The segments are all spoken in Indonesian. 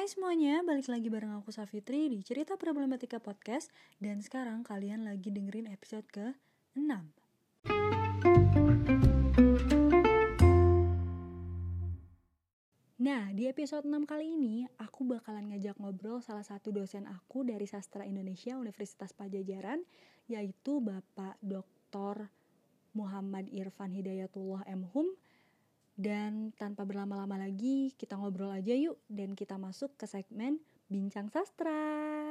Hai semuanya, balik lagi bareng aku Safitri di Cerita Problematika Podcast. Dan sekarang kalian lagi dengerin episode ke-6. Nah, di episode 6 kali ini aku bakalan ngajak ngobrol salah satu dosen aku dari Sastra Indonesia Universitas Padjadjaran, yaitu Bapak Dr. Muhammad Irfan Hidayatullah M.Hum. Dan tanpa berlama-lama lagi, kita ngobrol aja yuk. Dan kita masuk ke segmen Bincang Sastra.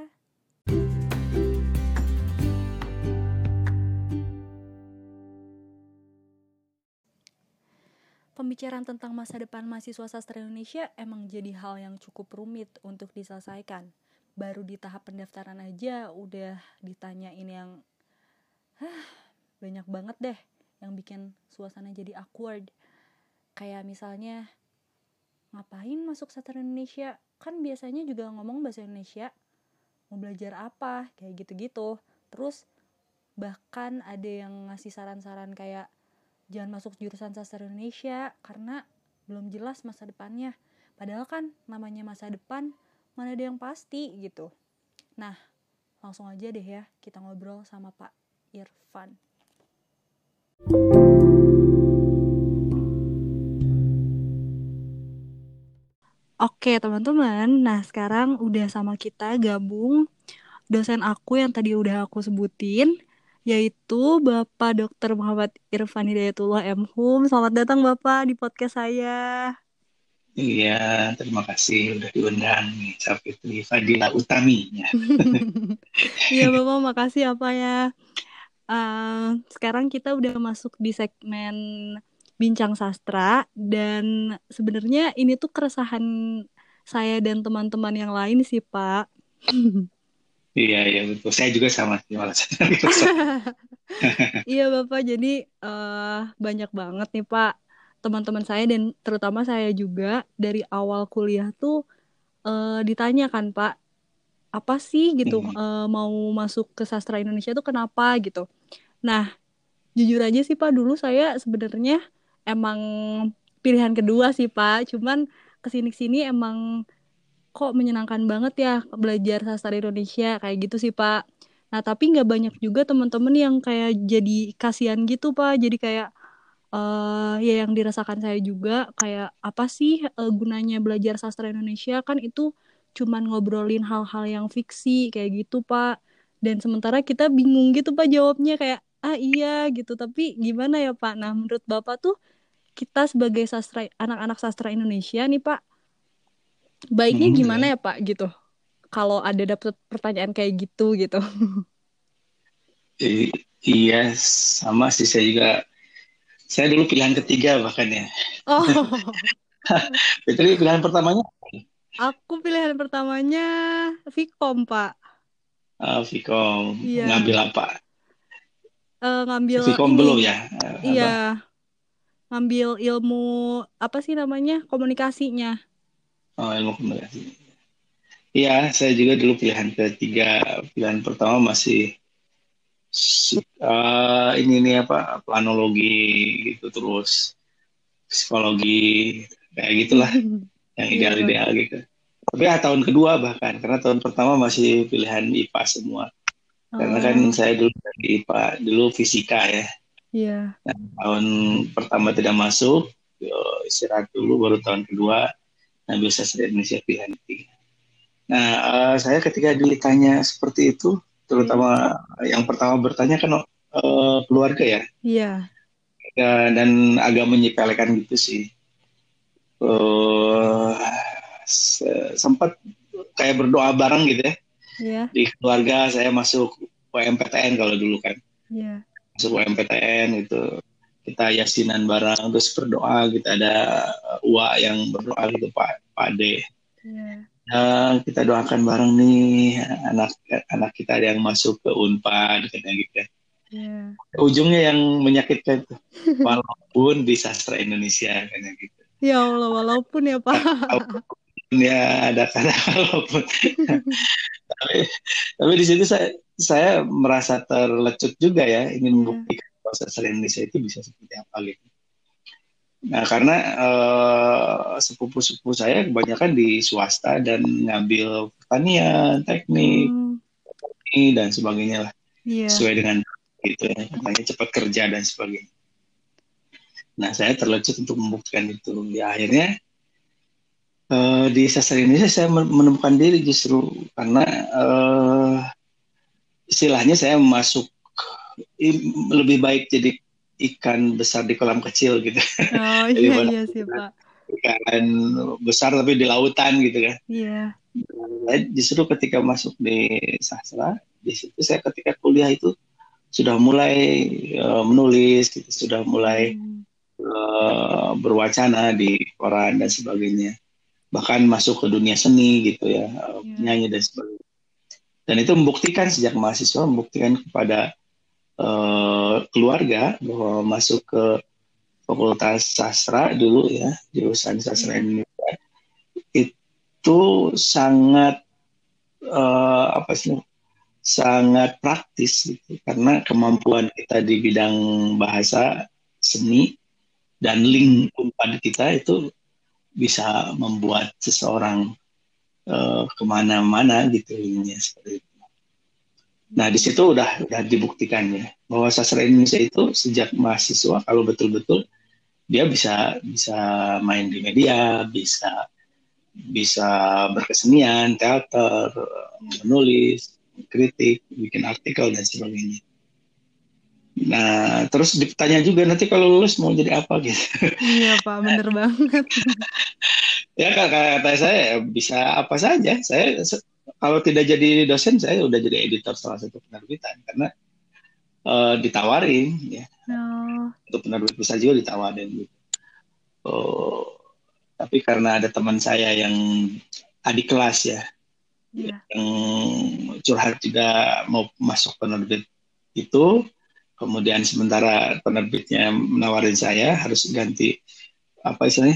Pembicaraan tentang masa depan mahasiswa sastra Indonesia emang jadi hal yang cukup rumit untuk diselesaikan. Baru di tahap pendaftaran aja udah ditanyain yang banyak banget deh yang bikin suasana jadi awkward. Kayak misalnya, ngapain masuk sastra Indonesia? Kan biasanya juga ngomong bahasa Indonesia. Mau belajar apa? Kayak gitu-gitu. Terus bahkan ada yang ngasih saran-saran kayak jangan masuk jurusan sastra Indonesia karena belum jelas masa depannya. Padahal kan namanya masa depan mana ada yang pasti gitu. Nah, langsung aja deh ya kita ngobrol sama Pak Irfan. Oke teman-teman, nah sekarang udah sama kita gabung dosen aku yang tadi udah aku sebutin, yaitu Bapak Dr. Muhammad Irfan Hidayatullah M.Hum. Selamat datang Bapak di podcast saya. Iya, terima kasih udah diundang nih, Safitri Fadila Utami. Iya Bapak, makasih apa ya. Sekarang kita udah masuk di segmen Bincang Sastra, dan sebenarnya ini tuh keresahan saya dan teman-teman yang lain sih Pak. Iya, betul. Saya juga sama sih malah. Iya Bapak, jadi banyak banget nih Pak teman-teman saya dan terutama saya juga dari awal kuliah tuh ditanya kan Pak, apa sih gitu mau masuk ke sastra Indonesia tuh kenapa gitu. Nah, jujur aja sih Pak, dulu saya sebenarnya emang pilihan kedua sih Pak, cuman kesini-sini emang kok menyenangkan banget ya belajar sastra Indonesia kayak gitu sih Pak. Nah tapi nggak banyak juga teman-teman yang kayak jadi kasihan gitu Pak. Jadi kayak ya yang dirasakan saya juga kayak apa sih gunanya belajar sastra Indonesia, kan itu cuman ngobrolin hal-hal yang fiksi kayak gitu Pak. Dan sementara kita bingung gitu Pak jawabnya kayak iya gitu. Tapi gimana ya Pak? Nah menurut Bapak tuh kita sebagai anak-anak sastra Indonesia nih Pak, baiknya gimana Ya. ya Pak gitu kalau ada dapet pertanyaan kayak gitu gitu. Iya, sama sih saya juga. Saya dulu pilihan ketiga bahkan ya. Oh, Fitri pilihan pertamanya aku pilihan pertamanya Vkom Pak. Vkom. Iya, Ngambil apa? ngambil Vkom ini. belum ya? Iya, Apa? ngambil ilmu apa sih namanya, komunikasinya. Oh, ilmu komunikasi. Iya, saya juga dulu pilihan ketiga. Pilihan pertama masih ini nih apa planologi gitu, terus psikologi kayak gitulah yang Iya Pak. ideal-ideal gitu. Tapi ya tahun kedua bahkan karena tahun pertama masih pilihan IPA semua. Karena kan Oh, saya dulu di IPA dulu fisika ya. iya. Nah, tahun pertama tidak masuk, istirahat dulu baru tahun kedua ngambil sastra Indonesia pilihan ketiga. Nah, saya ketika ditanya seperti itu, Iya. terutama yang pertama bertanya kan keluarga ya, Iya. dan agak menyepelekan gitu sih. uh, Sempat kayak berdoa bareng gitu ya Iya. di keluarga. Saya masuk UMPTN kalau dulu kan, Iya. masuk UMPTN itu kita yasinan bareng terus berdoa, kita ada uak yang berdoa gitu, Pak Ade. Iya. Kita doakan bareng nih anak kita ada yang masuk ke Unpad katanya gitu ya. Iya. Ujungnya yang menyakitkan tuh, walaupun di sastra Indonesia katanya gitu. Ya Allah, walaupun ya Pak. Ya ada kata walaupun. Tapi di situ saya merasa terlecut juga ya, ingin Iya. membuktikan bahwa sastra Indonesia itu bisa seperti apa gitu. Nah, karena sepupu-sepupu saya kebanyakan di swasta dan ngambil pertanian, teknik, Hmm, dan sebagainya lah. iya. Sesuai dengan gitu ya, katanya cepat kerja dan sebagainya. Nah, saya terlecut untuk membuktikan itu. Ya, akhirnya di sastra Indonesia saya menemukan diri justru karena istilahnya saya masuk lebih baik jadi ikan besar di kolam kecil gitu Oh iya daripada iya sih Pak. ikan besar tapi di lautan gitu kan. Iya. Saya justru ketika masuk di sastra, di situ saya ketika kuliah itu sudah mulai menulis, gitu, sudah mulai Hmm, berwacana di koran dan sebagainya. Bahkan masuk ke dunia seni gitu ya, iya. penyanyi dan sebagainya. Dan itu membuktikan sejak mahasiswa, membuktikan kepada keluarga bahwa masuk ke Fakultas Sastra dulu ya, jurusan Sastra Iya. Indonesia itu sangat apa sih, sangat praktis gitu. Karena kemampuan kita di bidang bahasa, seni, dan Iya. lingkungan kita itu bisa membuat seseorang kemana-mana gitu ya, seperti itu. Nah di Hmm, situ udah dibuktikan ya bahwa sastra Indonesia itu sejak mahasiswa kalau betul-betul dia bisa bisa main di media, bisa bisa berkesenian, teater, iya. menulis, kritik, bikin artikel dan sebagainya. Nah, terus ditanya juga nanti kalau lulus mau jadi apa gitu. Iya Pak, bener banget. Ya kata saya ya, bisa apa saja. Saya kalau tidak jadi dosen saya udah jadi editor salah satu penerbitan karena ditawarin ya Oh, untuk penerbit besar juga ditawarin gitu. Oh, tapi karena ada teman saya yang adik kelas ya iya. yang curhat juga mau masuk penerbit itu, kemudian sementara penerbitnya menawarin saya harus ganti apa istilahnya,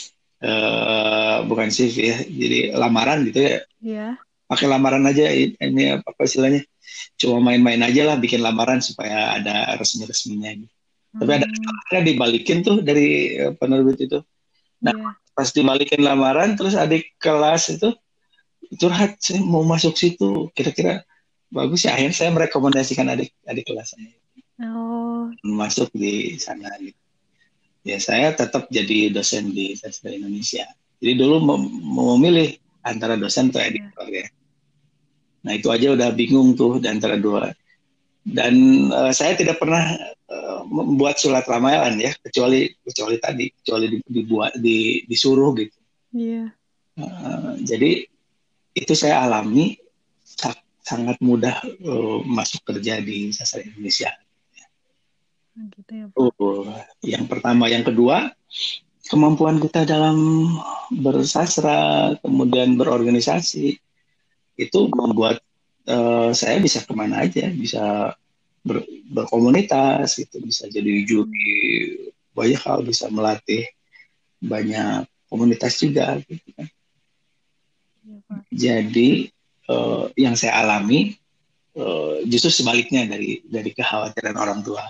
bukan CV ya, jadi lamaran gitu ya, Iya. pakai lamaran aja ini apa istilahnya, cuma main-main aja lah bikin lamaran supaya ada resmi-resminya gitu. Tapi Hmm, ada dibalikin tuh dari penerbit itu. Nah, iya. pas dibalikin lamaran terus adik kelas itu curhat saya mau masuk situ kira-kira bagus ya, akhirnya saya merekomendasikan adik adik kelas saya Oh, masuk di sana gitu. Ya saya tetap jadi dosen di Sastra Indonesia. Jadi dulu mau memilih antara dosen atau iya. editor ya. Nah itu aja udah bingung tuh di antara dua. Dan saya tidak pernah membuat surat lamaran ya, kecuali kecuali tadi, kecuali dibuat disuruh gitu. Iya. Jadi itu saya alami sangat mudah masuk kerja di Sastra Indonesia. Oh, gitu ya Pak. Yang pertama, yang kedua, kemampuan kita dalam bersastra, kemudian berorganisasi, itu membuat saya bisa kemana aja, bisa berkomunitas, gitu, bisa jadi juri, Hmm, banyak hal, bisa melatih banyak komunitas juga. Gitu kan. iya Pak. Jadi yang saya alami justru sebaliknya dari kekhawatiran orang tua.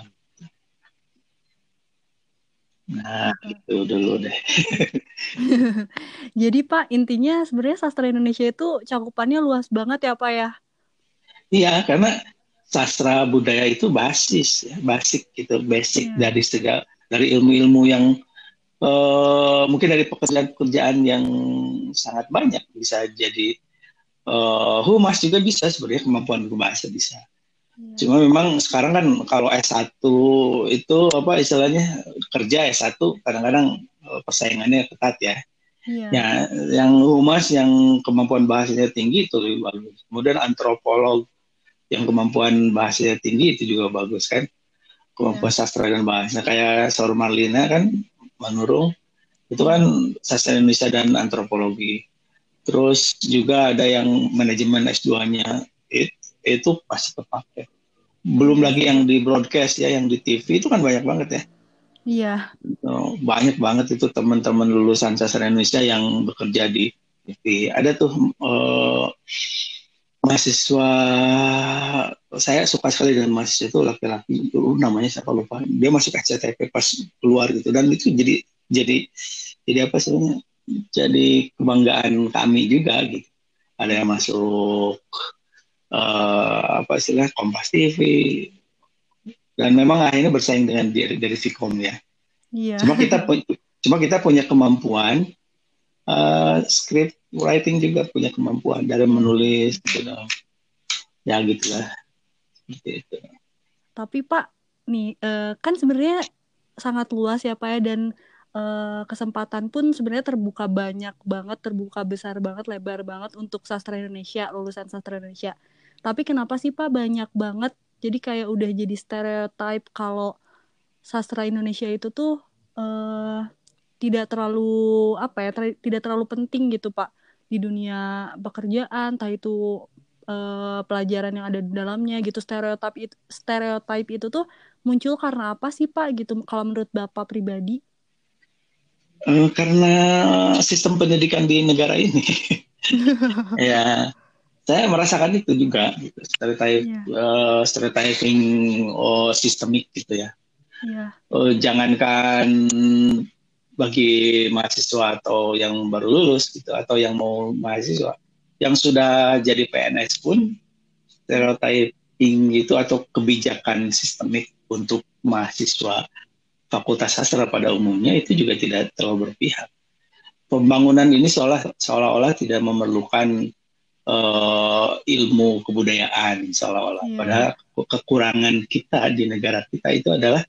Nah, Iya Pak. itu dulu deh. Jadi Pak, intinya sebenarnya sastra Indonesia itu cakupannya luas banget ya Pak ya? Iya, karena sastra budaya itu basis, ya, basic gitu, basic Iya. dari segala dari ilmu-ilmu yang mungkin dari pekerjaan-pekerjaan yang sangat banyak bisa jadi humas juga bisa sebenarnya kemampuan berbahasa bisa. Iya. Cuma memang sekarang kan kalau S1 itu apa istilahnya kerja S1 kadang-kadang persaingannya ketat ya. Iya. Ya, yang humas yang kemampuan bahasanya tinggi itu lebih bagus. Kemudian antropolog yang kemampuan bahasanya tinggi itu juga bagus kan. Kemampuan Iya. sastra dan bahasa kayak Saur Marlina kan Manurung itu kan Iya. sastra Indonesia dan antropologi. Terus juga ada yang manajemen S2-nya itu pasti terpakai. Belum Iya lagi sih yang Pak. di broadcast ya, yang di TV itu kan banyak banget ya. Iya. Banyak banget itu teman-teman lulusan sastra Indonesia yang bekerja di TV. Ada tuh mahasiswa, saya suka sekali dengan mahasiswa itu laki-laki itu namanya siapa lupa, dia masuk SCTP pas keluar gitu dan itu jadi jadi apa sebenarnya, jadi kebanggaan kami juga gitu. Ada yang masuk apa istilah Kompas TV, dan memang akhirnya bersaing dengan dari Vkom ya. Iya. Cuma kita cuma kita punya kemampuan script writing, juga punya kemampuan dari Iya. menulis gitu dong. Ya gitulah seperti itu. Tapi Pak, nih kan sebenarnya sangat luas ya Pak ya, dan kesempatan pun sebenarnya terbuka banyak banget, terbuka besar banget, lebar banget untuk sastra Indonesia, lulusan sastra Indonesia. Tapi kenapa sih Pak banyak banget? Jadi kayak udah jadi stereotype kalau sastra Indonesia itu tuh eh, tidak terlalu apa ya, tidak terlalu penting gitu Pak di dunia pekerjaan, entah itu pelajaran yang ada di dalamnya gitu. Stereotip itu tuh muncul karena apa sih Pak gitu kalau menurut Bapak pribadi? Karena sistem pendidikan di negara ini, ya saya merasakan itu juga, gitu. Iya, Stereotyping sistemik gitu ya. iya, Jangankan bagi mahasiswa atau yang baru lulus gitu, atau yang mau mahasiswa, yang sudah jadi PNS pun iya, stereotyping itu atau kebijakan sistemik untuk mahasiswa Fakultas Sastra pada umumnya itu juga tidak terlalu berpihak. Pembangunan ini seolah-olah tidak memerlukan ilmu kebudayaan seolah-olah. iya, Padahal kekurangan kita di negara kita itu adalah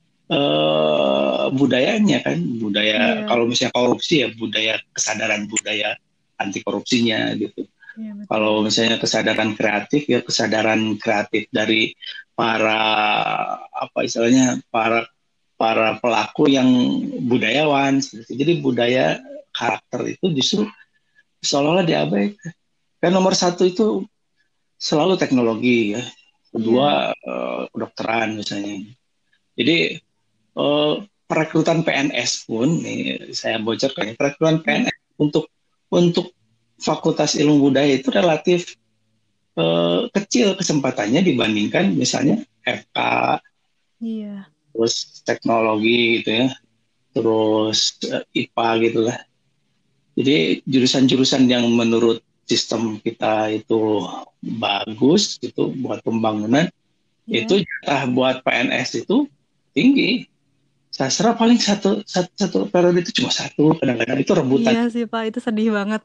budayanya kan, budaya iya, kalau misalnya korupsi ya budaya, kesadaran budaya anti korupsinya gitu. iya betul. Kalau misalnya kesadaran kreatif ya kesadaran kreatif dari para apa istilahnya, para pelaku yang budayawan. Jadi budaya karakter itu justru seolah-olah diabaikan. Kan nomor satu itu selalu teknologi ya. Iya, Kedua kedokteran misalnya. Jadi perekrutan PNS pun, nih saya bocorkan, perekrutan iya, PNS untuk Fakultas Ilmu Budaya itu relatif kecil kesempatannya dibandingkan misalnya FK, iya, terus teknologi gitu ya, terus IPA gitu lah. Jadi jurusan-jurusan yang menurut sistem kita itu bagus gitu buat pembangunan, iya. itu jatah buat PNS itu tinggi. Sastra paling satu periode itu cuma satu, kadang-kadang itu rebutan. Iya sih Pak, itu sedih banget.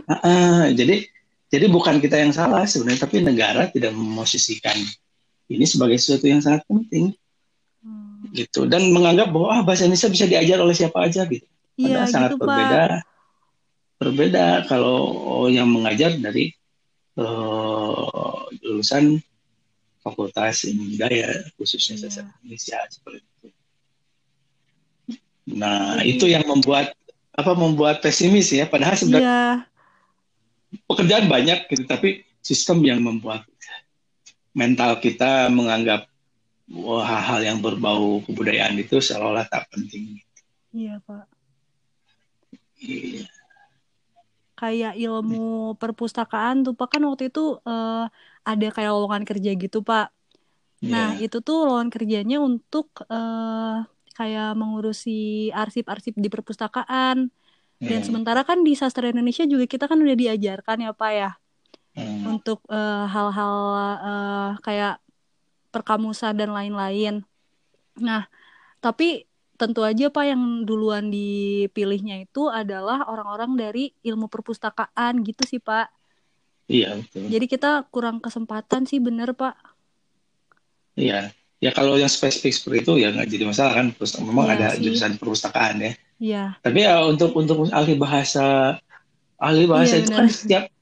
Jadi bukan kita yang salah sebenarnya, tapi negara tidak memosisikan ini sebagai sesuatu yang sangat penting Hmm. gitu, dan menganggap bahwa bahasa Indonesia bisa diajar oleh siapa aja gitu. Iya Padahal gitu sangat Pak. berbeda kalau yang mengajar dari lulusan Fakultas Ilmu Budaya khususnya sastra Iya. Indonesia seperti itu. Nah, itu Jadi yang membuat pesimis ya. Padahal sebenarnya iya, pekerjaan banyak gitu, tapi sistem yang membuat mental kita menganggap hal-hal yang berbau kebudayaan itu seolah-olah tak penting. iya Pak. Iya. Kayak ilmu perpustakaan tuh Pak, kan waktu itu ada kayak lowongan kerja gitu Pak. Nah, Ya, itu tuh lowongan kerjanya untuk kayak mengurusi arsip-arsip di perpustakaan. Dan ya, sementara kan di sastra Indonesia juga kita kan udah diajarkan ya Pak ya, hmm, untuk hal-hal kayak perkamusan dan lain-lain. Nah, tapi tentu aja Pak yang duluan dipilihnya itu adalah orang-orang dari ilmu perpustakaan gitu sih Pak. iya betul. Jadi kita kurang kesempatan sih bener Pak. Iya, ya kalau yang spesifik seperti itu ya nggak jadi masalah kan. Terus memang Iya ada sih. jurusan perpustakaan ya. Iya. Tapi ya untuk ahli Iya bahasa itu kan bener.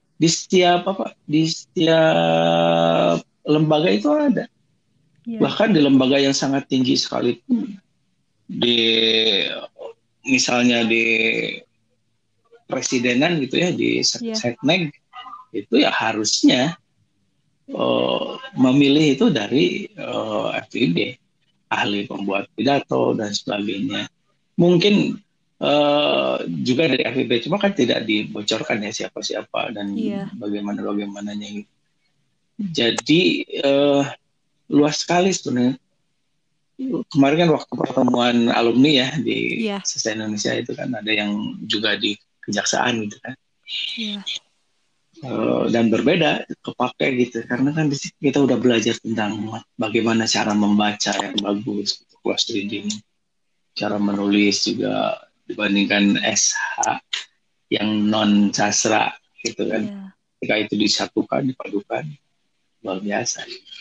di setiap lembaga itu ada. Iya. Bahkan di lembaga yang sangat tinggi sekalipun, di misalnya di presidenan gitu ya, di Iya. Setnek, itu ya harusnya memilih itu dari FIB, ahli pembuat pidato dan sebagainya. Mungkin juga dari FIB, cuma kan tidak dibocorkan ya siapa-siapa dan Iya. bagaimananya gitu. Jadi luas sekali sebenarnya. kemarin kan waktu pertemuan alumni ya di Iya, Sastra Indonesia itu kan ada yang juga di kejaksaan gitu kan. iya, Dan berbeda kepake gitu karena kan di situ kita udah belajar tentang bagaimana cara membaca yang bagus, cross reading, cara menulis juga dibandingkan SH yang non sastra gitu kan. iya, Ketika itu disatukan, dipadukan, luar biasa.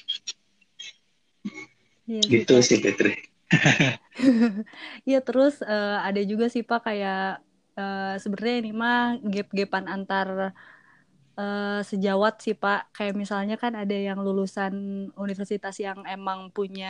iya sih Gitu Pak. sih Petri. Iya terus ada juga sih Pak kayak sebenarnya ini mah gap-gapan antar sejawat sih Pak. Kayak misalnya kan ada yang lulusan universitas yang emang punya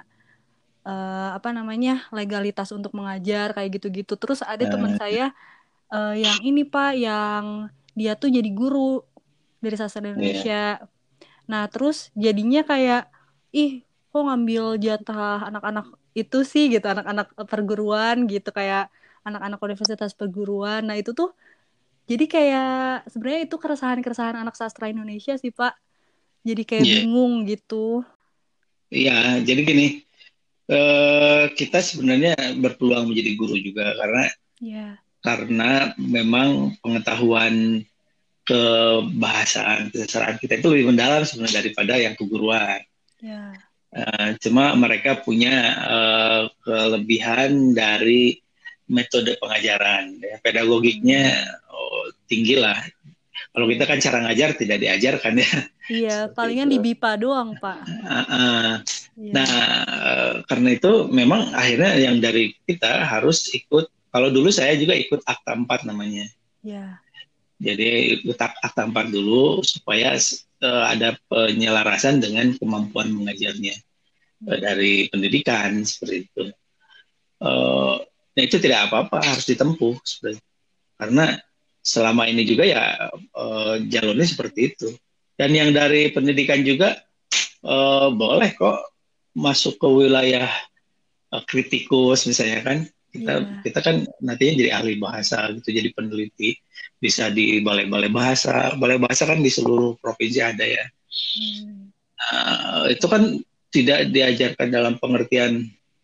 apa namanya legalitas untuk mengajar kayak gitu-gitu. Terus ada teman Uh, saya yang ini Pak, yang dia tuh jadi guru dari sastra ya, Indonesia. Nah, terus jadinya kayak, ih, kok ngambil jatah anak-anak itu sih gitu, anak-anak perguruan gitu, kayak anak-anak universitas perguruan. Nah, itu tuh jadi kayak sebenarnya itu keresahan-keresahan anak sastra Indonesia sih, Pak. Jadi kayak yeah. bingung gitu. Iya, jadi gini, kita sebenarnya berpeluang menjadi guru juga Ya, karena memang pengetahuan kebahasaan kesastraan kita itu lebih mendalam sebenarnya daripada yang keguruan. ya. Cuma mereka punya kelebihan dari metode pengajaran, ya. Pedagogiknya Hmm. tinggi lah. Kalau kita kan Ya. cara ngajar tidak diajarkan ya Iya, seperti palingan itu. di BIPA doang, Pak. Nah, Iya. karena itu memang akhirnya yang dari kita harus ikut. Kalau dulu saya juga ikut Akta 4 namanya. Ya. Jadi ikut Akta 4 dulu supaya ada penyelarasan dengan kemampuan mengajarnya Hmm. dari pendidikan seperti itu. Nah itu tidak apa-apa harus ditempuh sebenarnya. Karena selama ini juga ya jalurnya seperti itu. Dan yang dari pendidikan juga boleh kok masuk ke wilayah kritikus misalnya kan. Iya. Kita kan nantinya jadi ahli bahasa gitu, jadi peneliti, bisa di balai-balai bahasa. Balai bahasa kan di seluruh provinsi ada ya. Hmm. Itu kan tidak diajarkan dalam pengertian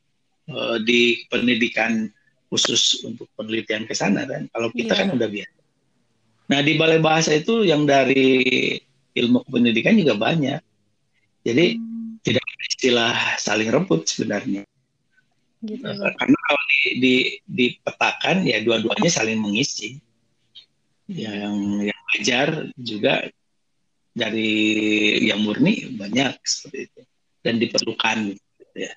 di pendidikan khusus untuk penelitian ke sana kan. Kalau kita kan Iya. udah biasa. Nah, di balai bahasa itu yang dari ilmu pendidikan juga banyak. Jadi Hmm. tidak ada istilah saling rebut sebenarnya. Gitu ya, Pak. Karena kalau dipetakan ya dua-duanya saling mengisi. Hmm. Yang ajar juga dari yang murni banyak seperti itu dan diperlukan gitu ya.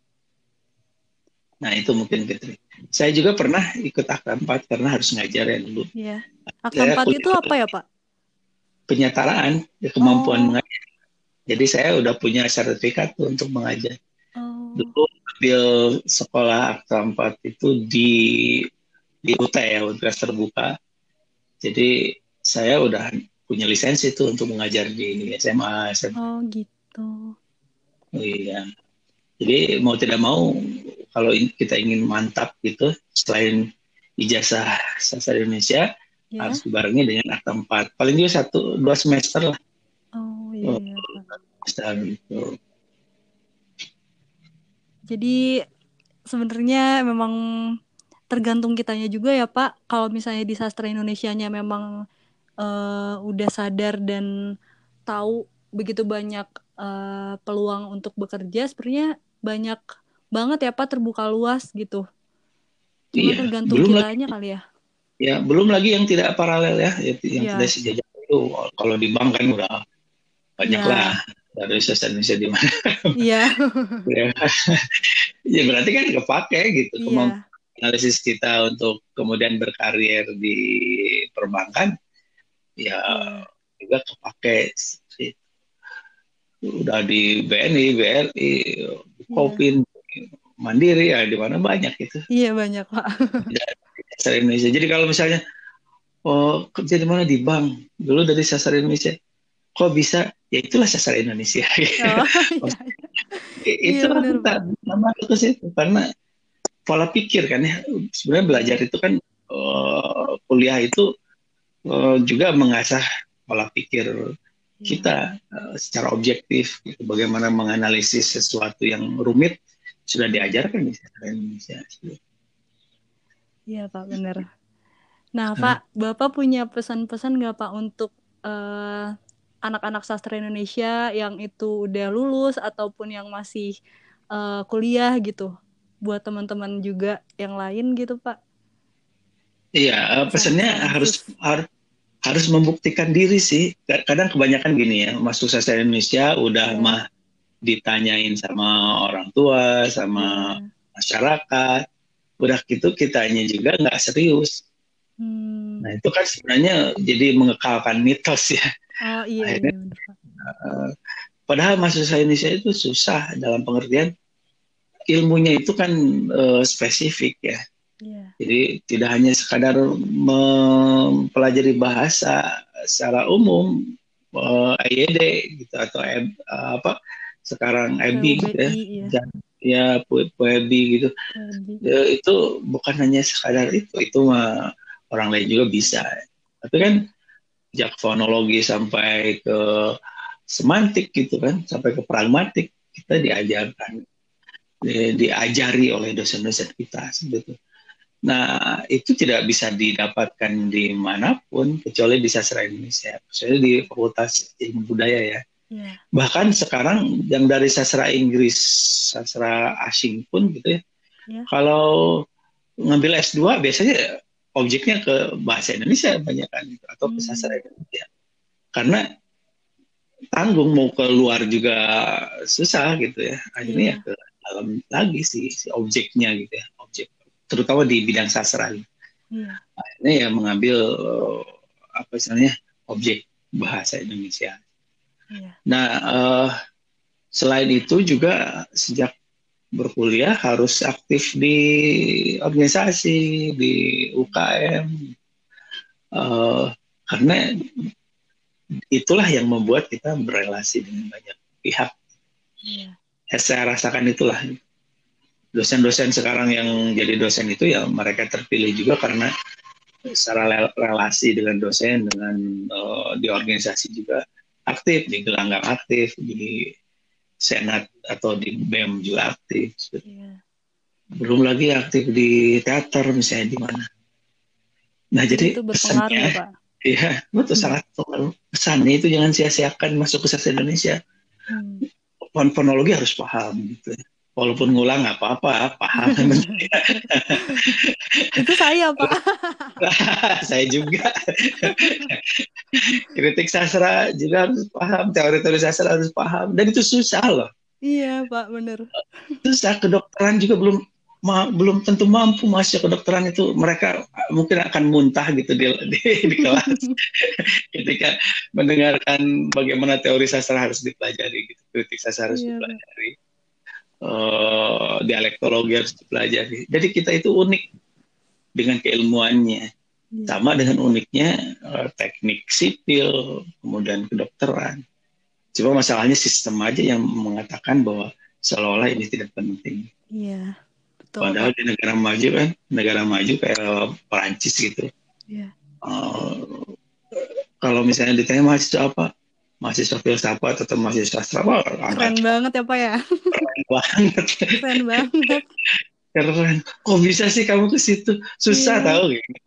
Nah, itu mungkin Fitri. Saya juga pernah ikut Akta 4 karena harus ngajar ya dulu. Iya. Akta Saya 4 itu kuliah apa ya, Pak? penyetaraan ya, kemampuan Oh, mengajar. Jadi saya udah punya sertifikat tuh untuk mengajar. oh, Dulu ambil sekolah Akta 4 itu di UT ya, Universitas Terbuka. Jadi saya udah punya lisensi tuh untuk mengajar di SMA, SMA. oh gitu. Oh, iya. Jadi mau tidak mau kalau kita ingin mantap gitu, selain ijazah sastra Indonesia harus Ya. dibarengi dengan akta 4. Paling juga 1-2 semester lah. Oh iya Oh, iya, Pak. semester gitu. Jadi sebenarnya memang tergantung kitanya juga ya, Pak. Kalau misalnya di sastra Indonesianya memang udah sadar dan tahu begitu banyak peluang untuk bekerja, sebenarnya banyak banget ya, Pak, terbuka luas gitu. Cuma Iya, tergantung belum lagi kitanya kali ya. ya, belum lagi yang tidak paralel ya, yang tidak Iya, sejajar itu. Kalau di bank kan udah banyak lah iya, dari sastra Indonesia di mana. iya, Ya, ya berarti kan kepake gitu kemampuan iya, analisis kita untuk kemudian berkarir di perbankan ya iya, juga kepake udah di BNI, BRI, iya, Kopin, Mandiri ya di mana banyak itu iya banyak, Pak. sastra Indonesia. Jadi kalau misalnya kerja di mana di bank dulu dari sastra Indonesia, kok bisa? Ya itulah sastra Indonesia. Oh, iya, iya Itu benar, kita Pak. masuk ke situ karena pola pikir kan ya. Sebenarnya belajar Iya, itu kan kuliah itu juga mengasah pola pikir iya, kita secara objektif gitu. Bagaimana menganalisis sesuatu yang rumit sudah diajarkan di sastra Indonesia. Iya Pak, bener. Nah Nah, Pak, Bapak punya pesan-pesan nggak Pak untuk eh, anak-anak sastra Indonesia yang itu udah lulus ataupun yang masih kuliah gitu, buat teman-teman juga yang lain gitu Pak, iya, pesannya pesan-pesan harus khusus. harus harus membuktikan diri sih. Kadang kebanyakan gini ya, masuk sastra Indonesia udah Iya, mah ditanyain sama orang tua, sama iya. masyarakat, udah gitu kitanya juga nggak serius. Hmm. Nah itu kan sebenarnya jadi mengekalkan mitos ya. Oh iya iya Akhirnya, bener Pak. padahal masuk sastra Indonesia itu susah dalam pengertian ilmunya itu kan spesifik ya. Iya, Jadi tidak hanya sekadar mempelajari bahasa secara umum, EYD gitu atau apa sekarang EBI gitu ya, PUBI ya, dan ya PUBI gitu. PUBI. Ya, itu bukan hanya sekadar itu mah orang lain juga bisa. Tapi kan sejak fonologi sampai ke semantik gitu kan, sampai ke pragmatik kita diajarkan, diajari oleh dosen-dosen kita sebetulnya. Nah, itu tidak bisa didapatkan dimanapun kecuali di sastra Indonesia, kecuali di Fakultas Ilmu Budaya ya. Iya, Bahkan sekarang yang dari sastra Inggris, sastra asing pun gitu ya. iya, Kalau ngambil S2 biasanya objeknya ke bahasa Indonesia banyak kan gitu, atau ke sastra hmm, Indonesia. Karena tanggung mau keluar juga susah gitu ya. Akhirnya ya iya, ke dalam lagi si objeknya gitu ya, objek terutama di bidang sastra. iya, Ini ya mengambil apa istilahnya objek bahasa Indonesia. iya, Nah, selain itu juga sejak berkuliah harus aktif di organisasi, di UKM, karena itulah yang membuat kita berelasi dengan banyak pihak. iya, Ya, saya rasakan itulah dosen-dosen sekarang yang jadi dosen itu ya mereka terpilih juga karena secara relasi dengan dosen, dengan di organisasi juga aktif, di gelanggang aktif, di senat atau di BEM juga aktif. iya. Belum lagi aktif di teater misalnya di mana. Nah Jadi jadi itu berpengaruh pesannya, ya Pak. ya betul Hmm. sangat pengaruh. Pesannya itu jangan sia-siakan masuk ke sastra Indonesia. Hmm. Fonologi harus paham gitu. Walaupun ngulang nggak apa-apa, paham. Itu saya Pak. Saya juga kritik sastra juga harus paham, teori-teori sastra harus paham, dan itu susah loh. Iya Pak, bener. Susah, kedokteran juga belum tentu mampu masuk kedokteran itu, mereka mungkin akan muntah gitu di kelas ketika mendengarkan bagaimana teori sastra harus dipelajari gitu, kritik sastra harus Iya Pak. dipelajari, dialektologi harus dipelajari. Jadi kita itu unik dengan keilmuannya, Iya, sama dengan uniknya teknik sipil, kemudian kedokteran. Cuma masalahnya sistem aja yang mengatakan bahwa seolah-olah ini tidak penting. iya, betul Padahal Pak. di negara maju kan, negara maju kayak Perancis gitu. Iya. Uh, Kalau misalnya ditanya mahasiswa apa, mahasiswa filsafat atau mahasiswa sastra, wah, Keren angkat banget ya Pak ya. banget, Keren banget. keren. Kok bisa sih kamu ke situ? Susah Iya, tahu gitu.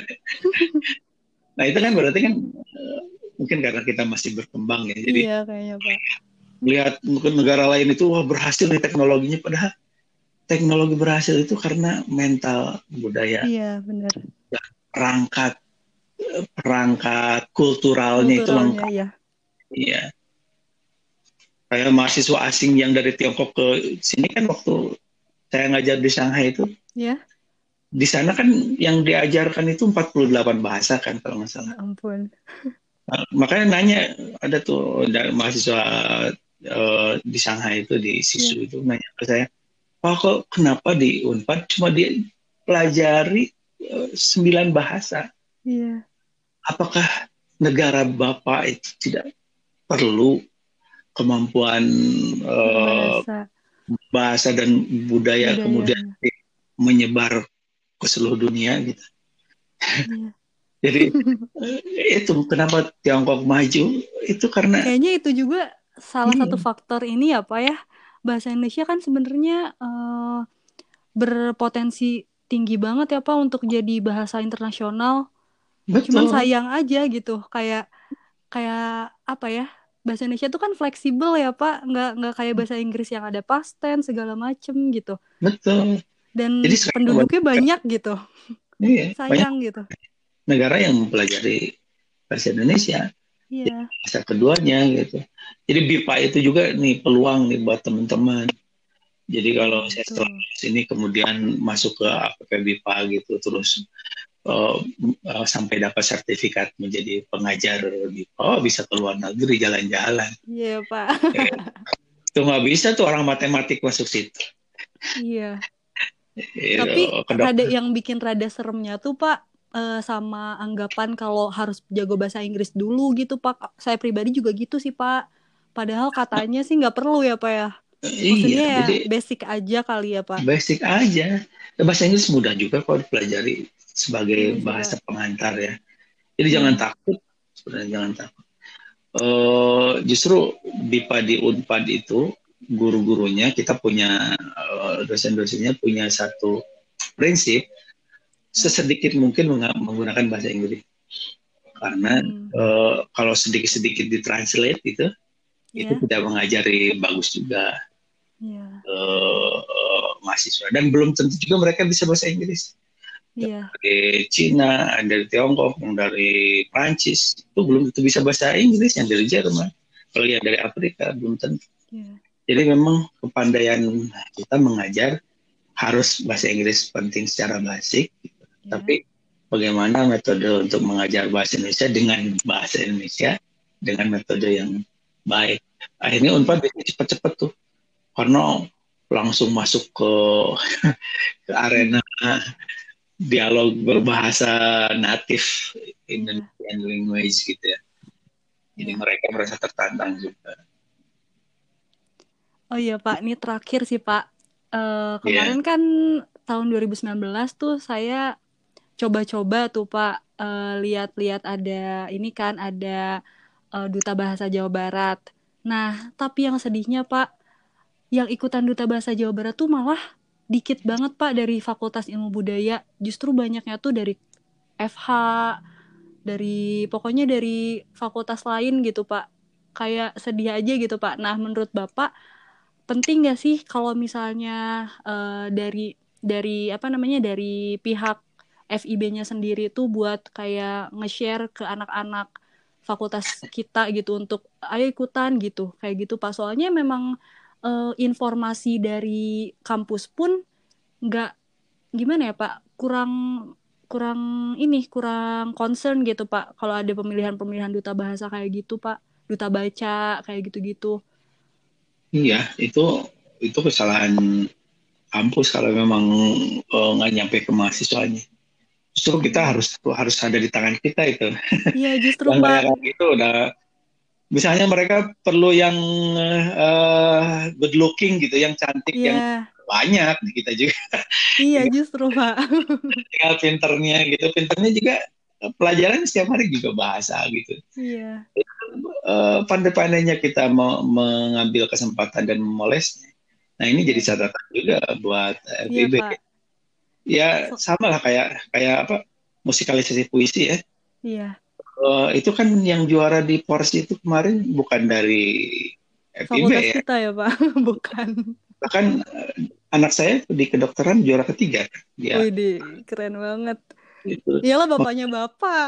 Nah itu kan berarti kan mungkin karena kita masih berkembang ya. Jadi iya kayaknya Pak. melihat mungkin negara lain itu wah berhasil di teknologinya, padahal teknologi berhasil itu karena mental budaya, Iya, bener. perangkat perangkat kulturalnya itu Kulturalnya lengkap. ya. Iya, kayak mahasiswa asing yang dari Tiongkok ke sini kan waktu saya ngajar di Shanghai itu, Ya, di sana kan yang diajarkan itu 48 bahasa kan kalau nggak ya salah. ampun. Nah, makanya nanya, ada tuh mahasiswa di Shanghai itu, di Ya, Sisu itu nanya ke saya, Pak kok kenapa di Unpad cuma dia pelajari 9 bahasa? iya. Apakah negara Bapak itu tidak perlu kemampuan eh, Bahasa bahasa dan budaya kemudian budayanya. menyebar ke seluruh dunia gitu. Iya. Jadi itu kenapa Tiongkok maju itu karena Kayaknya itu juga salah satu iya, faktor ini ya Pak ya. bahasa Indonesia kan sebenarnya berpotensi tinggi banget ya Pak untuk jadi bahasa internasional. Cuman Betul, sayang aja gitu, kayak kayak apa ya? Bahasa Indonesia tuh kan fleksibel ya Pak, nggak kayak bahasa Inggris yang ada past tense segala macem gitu. betul. Jadi Dan sekarang penduduknya banyak gitu, iya, banyak sayang gitu. negara yang mempelajari bahasa Indonesia, jadi Iya, bahasa keduanya gitu. Jadi BIPA itu juga nih peluang nih buat teman-teman. Jadi iya kalau saya setelah betul. sini kemudian masuk ke APP BIPA gitu, terus uh, sampai dapat sertifikat menjadi pengajar BIPA, oh bisa ke luar negeri jalan-jalan. Iya Pak. Eh, itu nggak bisa tuh orang matematik masuk situ. Iya. Tapi Ke rada dokter. yang bikin rada seremnya tuh Pak, sama anggapan kalau harus jago bahasa Inggris dulu gitu Pak. Saya pribadi juga gitu sih Pak. Padahal katanya sih nggak perlu ya Pak ya. Iya, Maksudnya ya jadi basic aja kali ya Pak. basic aja. Bahasa Inggris mudah juga kalau dipelajari Iya sebagai sih Pak. bahasa pengantar ya. Jadi jangan Iya, takut, sebenarnya jangan takut. Justru BIPA di Unpad itu guru-gurunya kita punya dosen-dosennya punya satu prinsip ya. sesedikit mungkin menggunakan bahasa Inggris karena Hmm, kalau sedikit-sedikit ditranslate itu ya, tidak mengajari bagus juga iya, mahasiswa dan belum tentu juga mereka bisa bahasa Inggris. iya, Dari Cina, dari Tiongkok, yang dari Prancis itu belum tentu bisa bahasa Inggris, yang dari Jerman. Kalau yang dari Afrika belum tentu. iya, Jadi memang kepandaian kita mengajar harus bahasa Inggris penting secara basic, iya, tapi bagaimana metode untuk mengajar bahasa Indonesia dengan bahasa Indonesia dengan metode yang baik. Akhirnya Unpad iya, bisa cepat-cepat tuh, karena langsung masuk ke arena dialog berbahasa natif iya, Indonesian language gitu ya. Jadi iya. mereka merasa tertantang juga. Oh iya Pak, ini terakhir sih Pak. Iya, Kemarin kan tahun 2019 tuh saya coba-coba tuh Pak, lihat-lihat ada ini kan ada Duta Bahasa Jawa Barat. Nah, tapi yang sedihnya Pak, yang ikutan Duta Bahasa Jawa Barat tuh malah dikit banget Pak dari Fakultas Ilmu Budaya. Justru banyaknya tuh dari FH, dari pokoknya dari fakultas lain gitu Pak. Kayak sedih aja gitu Pak. Nah, menurut Bapak penting nggak sih kalau misalnya dari apa namanya dari pihak FIB-nya sendiri tuh buat kayak nge-share ke anak-anak fakultas kita gitu untuk ayo ikutan gitu kayak gitu Pak, soalnya memang informasi dari kampus pun nggak gimana ya Pak, kurang kurang kurang concern gitu Pak kalau ada pemilihan-pemilihan duta bahasa kayak gitu Pak, duta baca kayak gitu-gitu. iya itu kesalahan kampus kalau memang nggak nyampe ke mahasiswanya. Justru kita Iya. harus harus ada di tangan kita itu. Iya justru Yang Pak. kayak gitu udah misalnya mereka perlu yang good looking gitu, yang cantik, yang Iya, banyak kita juga iya justru Pak. tinggal pinternya gitu. Pinternya juga pelajaran setiap hari juga bahasa gitu. Iya, Pandai-pandainya kita mengambil kesempatan dan memolesnya. Nah ini jadi iya, catatan juga buat iya FIB. Pak. Ya So, sama lah kayak kayak apa musikalisasi puisi ya. iya, Itu kan yang juara di Porsi itu kemarin bukan dari FIB fakultas ya. kita ya Pak, bukan. Bahkan anak saya di kedokteran juara ketiga. Dia Wih, keren banget. itu. Iyalah bapaknya Bapak.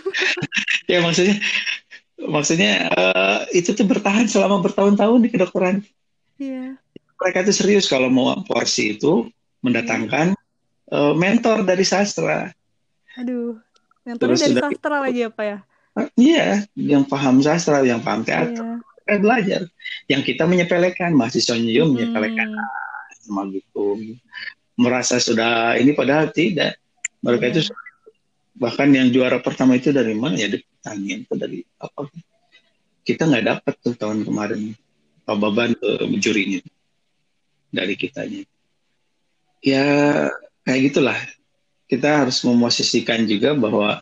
Ya maksudnya maksudnya itu tuh bertahan selama bertahun-tahun di kedokteran. Iya, Mereka itu serius kalau mau Porsi itu iya. mendatangkan mentor dari sastra. Aduh, mentornya Terus dari sudah sastra lagi ya Pak ya? iya, yang paham sastra, yang paham teater, Iya. kan belajar. Yang kita menyepelekan, mahasiswanya juga menyepelekan Mm-mm. sama gitu. Merasa sudah ini padahal tidak. Mereka itu Iya. bahkan yang juara pertama itu dari mana ya? Dari pertanian itu dari apa? Kita nggak dapat tuh tahun kemarin. Pak Baban jurinya dari kitanya. Ya kayak gitulah. Kita harus memosisikan juga bahwa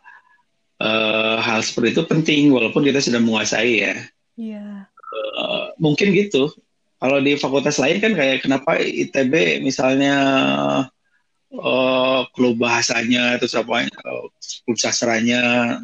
hal seperti itu penting walaupun kita sudah menguasai ya. Iya. Mungkin gitu. Kalau di fakultas lain kan kayak kenapa ITB misalnya klub bahasanya terus apa klub sastranya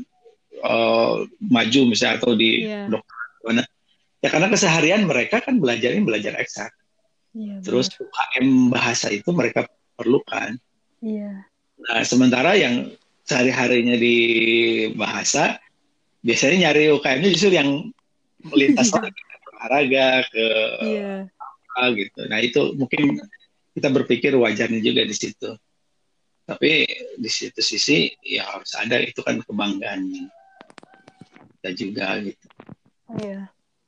maju misalnya atau di Iya, kedokteran. Ya karena keseharian mereka kan belajar eksak. iya Terus benar. UKM bahasa itu mereka perlukan. Iya. Nah, sementara yang sehari-harinya di bahasa, biasanya nyari UKM-nya justru yang melintas Iya. lagi ke olahraga, ke Iya. apa gitu. Nah, itu mungkin kita berpikir wajarnya juga di situ. Tapi di situ sisi ya harus ada itu kan kebanggaan kita juga gitu. Iya.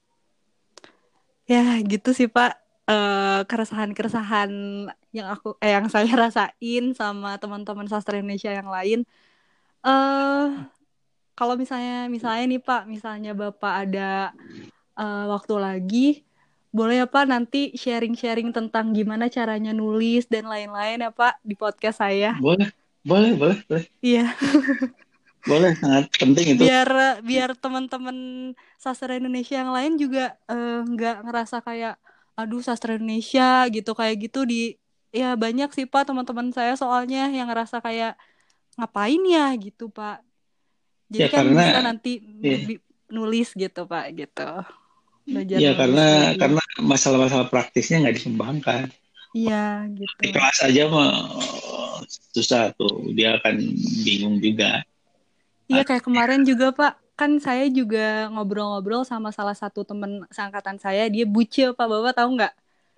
Ya, gitu sih Pak. Keresahan-keresahan yang saya rasain sama teman-teman sastra Indonesia yang lain. eh Kalau misalnya nih Pak, misalnya Bapak ada waktu lagi, boleh ya Pak nanti sharing-sharing tentang gimana caranya nulis dan lain-lain ya Pak di podcast saya. Boleh, boleh, boleh, boleh. Iya, Boleh, sangat penting itu. biar biar teman-teman sastra Indonesia yang lain juga nggak ngerasa kayak aduh sastra Indonesia gitu kayak gitu di ya banyak sih Pak teman-teman saya soalnya yang ngerasa kayak ngapain ya gitu Pak. Jadi Ya kan bisa karena nanti ya, nulis gitu Pak gitu. Belajar ya nulis karena lagi. karena masalah-masalah praktisnya nggak dikembangkan. Iya gitu. Di kelas aja mah susah tuh, dia akan bingung juga. Iya kayak kemarin juga Pak, kan saya juga ngobrol-ngobrol sama salah satu temen seangkatan saya, dia bucil Pak, Bapak tahu nggak?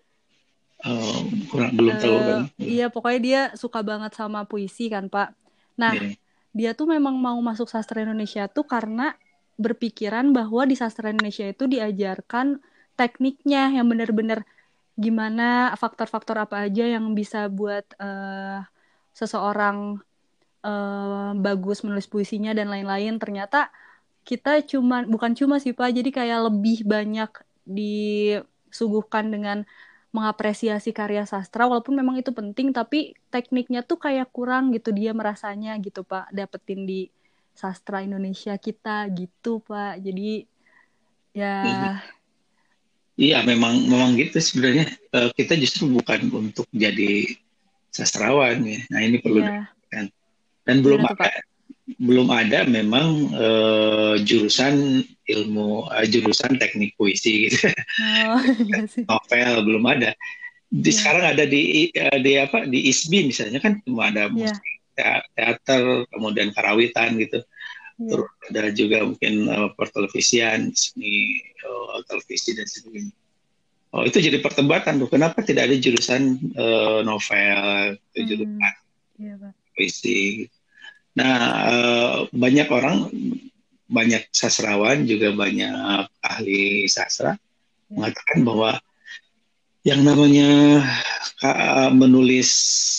Kurang belum tahu Eh, kan. iya pokoknya dia suka banget sama puisi kan Pak. Nah, Ya, dia tuh memang mau masuk sastra Indonesia tuh karena berpikiran bahwa di sastra Indonesia itu diajarkan tekniknya yang benar-benar gimana faktor-faktor apa aja yang bisa buat seseorang bagus menulis puisinya dan lain-lain. Ternyata kita bukan cuma sih Pak, jadi kayak lebih banyak disuguhkan dengan mengapresiasi karya sastra walaupun memang itu penting tapi tekniknya tuh kayak kurang gitu dia merasanya gitu Pak dapetin di sastra Indonesia kita gitu Pak. Jadi ya iya memang memang gitu sebenarnya. Kita justru bukan untuk jadi sastrawan ya. Nah ini perlu iya diperhatikan. Dan gimana tuh Pak? belum ada memang jurusan jurusan teknik puisi gitu. Oh iya sih. Novel belum ada. Iya, Sekarang ada di apa di ISBI misalnya kan cuma ada musik, iya, teater, kemudian karawitan gitu. Terus iya. ada juga mungkin pertelevisian, seni televisi dan sebagainya. Oh, itu jadi perdebatan tuh. Kenapa tidak ada jurusan novel, Hmm, jurusan iya Pak. puisi? Nah, banyak sastrawan juga banyak ahli sastra Iya, mengatakan bahwa yang namanya menulis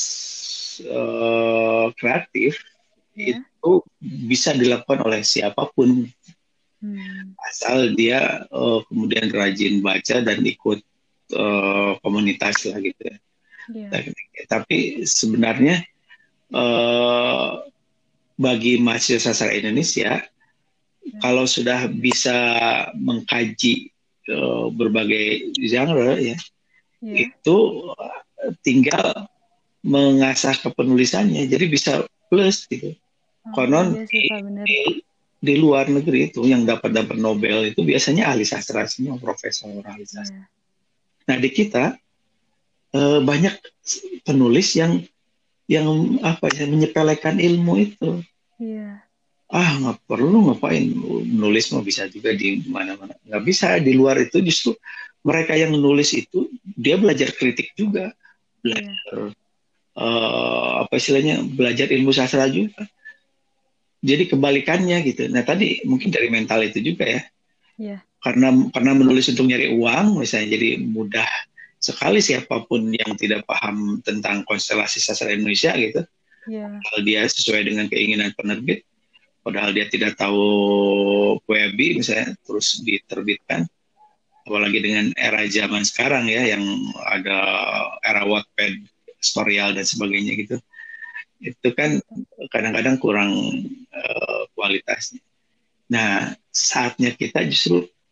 kreatif iya. itu bisa dilakukan oleh siapapun Hmm, asal dia kemudian rajin baca dan ikut komunitas lah gitu ya. iya, Tapi sebenarnya eh, bagi mahasiswa sastra Indonesia iya, kalau sudah bisa mengkaji berbagai genre ya iya. itu tinggal mengasah kepenulisannya jadi bisa plus gitu. Oh, Konon iya sih Pak bener. di luar negeri itu yang dapat dapat Nobel itu biasanya ahli sastra semua, profesor ahli sastra. Iya. Nah di kita banyak penulis yang apa ya menyepelekan ilmu itu. Iya. Nggak perlu ngapain nulis mau bisa juga di mana-mana. Nggak bisa di luar itu justru mereka yang nulis itu dia belajar kritik juga, Iya. belajar apa istilahnya belajar ilmu sastra juga. Jadi kebalikannya gitu. Nah tadi mungkin dari mental itu juga ya. Iya. Karena menulis untuk nyari uang misalnya jadi mudah sekali siapapun yang tidak paham tentang konstelasi sastra Indonesia gitu. Iya. Kalau dia sesuai dengan keinginan penerbit, padahal dia tidak tahu WebI misalnya terus diterbitkan apalagi dengan era zaman sekarang ya yang ada era Wattpad, Storyal dan sebagainya gitu itu kan kadang-kadang kurang kualitasnya. Nah saatnya kita justru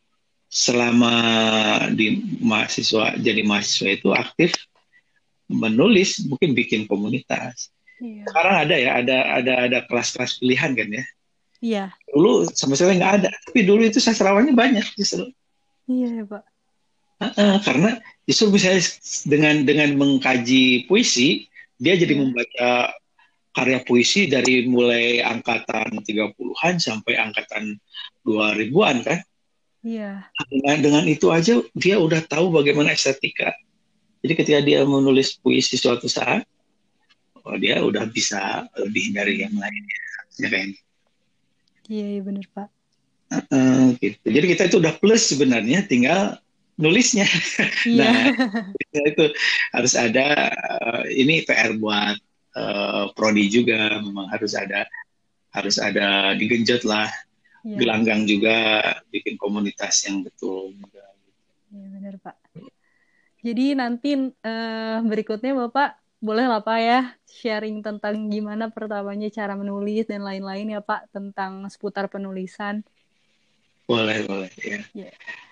selama di jadi mahasiswa itu aktif menulis, mungkin bikin komunitas. Iya. Sekarang ada ya, ada kelas-kelas pilihan kan ya. Iya. Dulu sama sekali nggak ada, tapi dulu itu sastrawannya banyak justru. Iya ya, Pak. Karena justru misalnya dengan mengkaji puisi, dia jadi Iya. membaca karya puisi dari mulai angkatan 30-an sampai angkatan 2000-an kan. Iya. Dengan itu aja dia udah tahu bagaimana estetika. Jadi ketika dia menulis puisi suatu saat, oh, dia udah bisa lebih dari yang lainnya. Ya kan? Iya, iya benar, Pak. Gitu. Jadi kita itu udah plus sebenarnya, tinggal nulisnya. Iya. Nah, itu harus ada, ini PR buat prodi juga, memang harus ada digenjot lah, Iya. gelanggang juga, bikin komunitas yang betul. Iya benar, Pak. Jadi nanti berikutnya Bapak boleh lah Pak ya sharing tentang gimana pertamanya cara menulis dan lain-lain ya Pak tentang seputar penulisan. Boleh, boleh ya. Iya.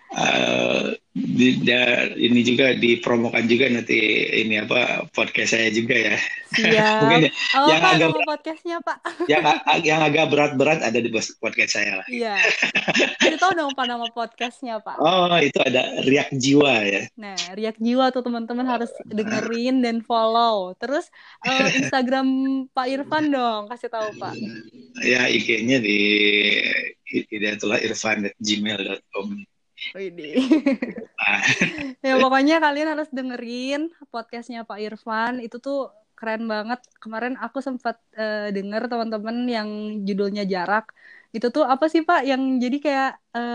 Ini juga dipromokan juga nanti, ini apa, podcast saya juga ya. Siap. Mungkin ya, Apa yang Pak agak nama podcastnya Pak? yang agak berat-berat ada di podcast saya lah. Iya. Kasih tahu dong Pak nama podcastnya Pak. Oh, itu ada Riak Jiwa ya. Nah, Riak Jiwa tuh teman-teman harus dengerin dan follow. Terus Instagram Pak Irfan dong, kasih tahu Pak. Ya, IG-nya di hidayatullah@gmail.com. Widih. Ah, Ya pokoknya kalian harus dengerin podcastnya Pak Irfan. Itu tuh keren banget. Kemarin aku sempat denger teman-teman yang judulnya Jarak. Itu tuh apa sih Pak yang jadi kayak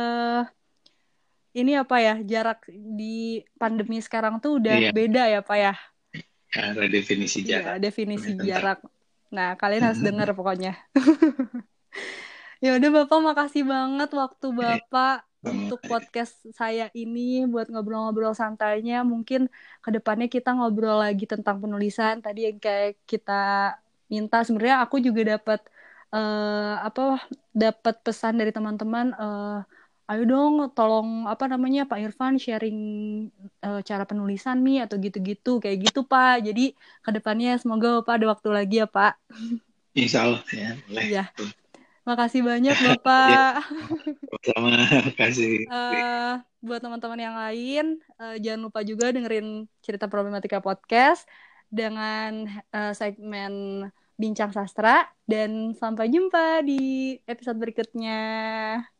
ini apa ya, jarak di pandemi sekarang tuh udah iya, beda ya Pak ya. ada definisi Iya, jarak. definisi Tentang jarak. Nah, kalian harus denger pokoknya. Ya udah Bapak, makasih banget waktu Bapak untuk podcast saya ini buat ngobrol-ngobrol santainya. Mungkin kedepannya kita ngobrol lagi tentang penulisan. Tadi yang kayak kita minta, sebenarnya aku juga dapat dapat pesan dari teman-teman. Ayo dong, tolong apa namanya Pak Irfan sharing cara penulisan nih atau gitu-gitu kayak gitu Pak. Jadi kedepannya semoga Bapak ada waktu lagi ya Pak. Insya Allah ya, boleh. Iya. Makasih banyak Ya, Bapak. sama kasih. eh Buat teman-teman yang lain, jangan lupa juga dengerin Cerita Problematika Podcast dengan segmen Bincang Sastra. Dan sampai jumpa di episode berikutnya.